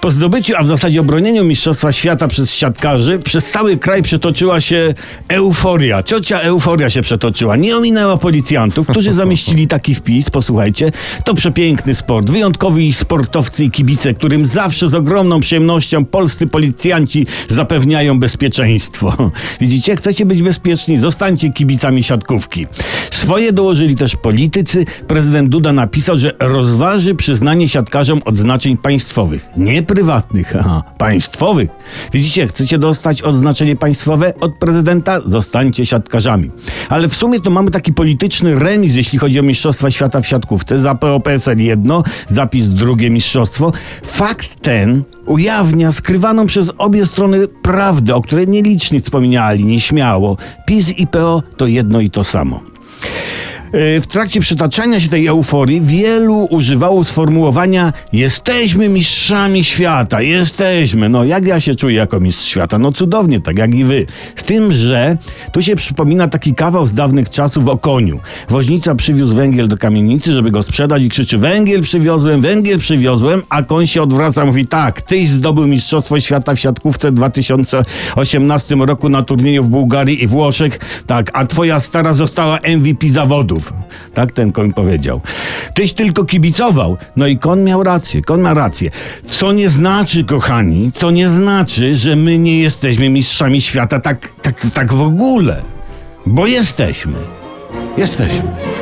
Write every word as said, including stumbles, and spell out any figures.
Po zdobyciu, a w zasadzie obronieniu Mistrzostwa Świata przez siatkarzy, przez cały kraj przetoczyła się euforia. Ciocia euforia się przetoczyła. Nie ominęła policjantów, którzy zamieścili taki wpis, posłuchajcie. To przepiękny sport, wyjątkowi sportowcy i kibice, którym zawsze z ogromną przyjemnością polscy policjanci zapewniają bezpieczeństwo. Widzicie, chcecie być bezpieczni? Zostańcie kibicami siatkówki. Swoje dołożyli też politycy. Prezydent Duda napisał, że rozważy przyznanie siatkarzom odznaczeń państwowych. Nie prywatnych, aha, państwowych. Widzicie, chcecie dostać odznaczenie państwowe od prezydenta? Zostańcie siatkarzami. Ale w sumie to mamy taki polityczny remis, jeśli chodzi o Mistrzostwa Świata w siatkówce. Za P O P S L jedno, zapis drugie mistrzostwo. Fakt ten ujawnia skrywaną przez obie strony prawdę, o której nieliczni wspominali nieśmiało. PiS i P O to jedno i to samo. W trakcie przytaczania się tej euforii wielu używało sformułowania jesteśmy mistrzami świata, jesteśmy. No jak ja się czuję jako mistrz świata? No cudownie, tak jak i wy. Z tym, że tu się przypomina taki kawał z dawnych czasów o koniu. Woźnica przywiózł węgiel do kamienicy, żeby go sprzedać i krzyczy węgiel przywiozłem, węgiel przywiozłem, a koń się odwraca, mówi tak, tyś zdobył mistrzostwo świata w siatkówce w dwa tysiące osiemnastym roku na turnieju w Bułgarii i Włoszech, tak, a twoja stara została M V P zawodów. Tak ten koń powiedział. Tyś tylko kibicował. No i koń miał rację, koń ma rację. Co nie znaczy, kochani, co nie znaczy, że my nie jesteśmy mistrzami świata tak, tak, tak w ogóle. Bo jesteśmy. Jesteśmy.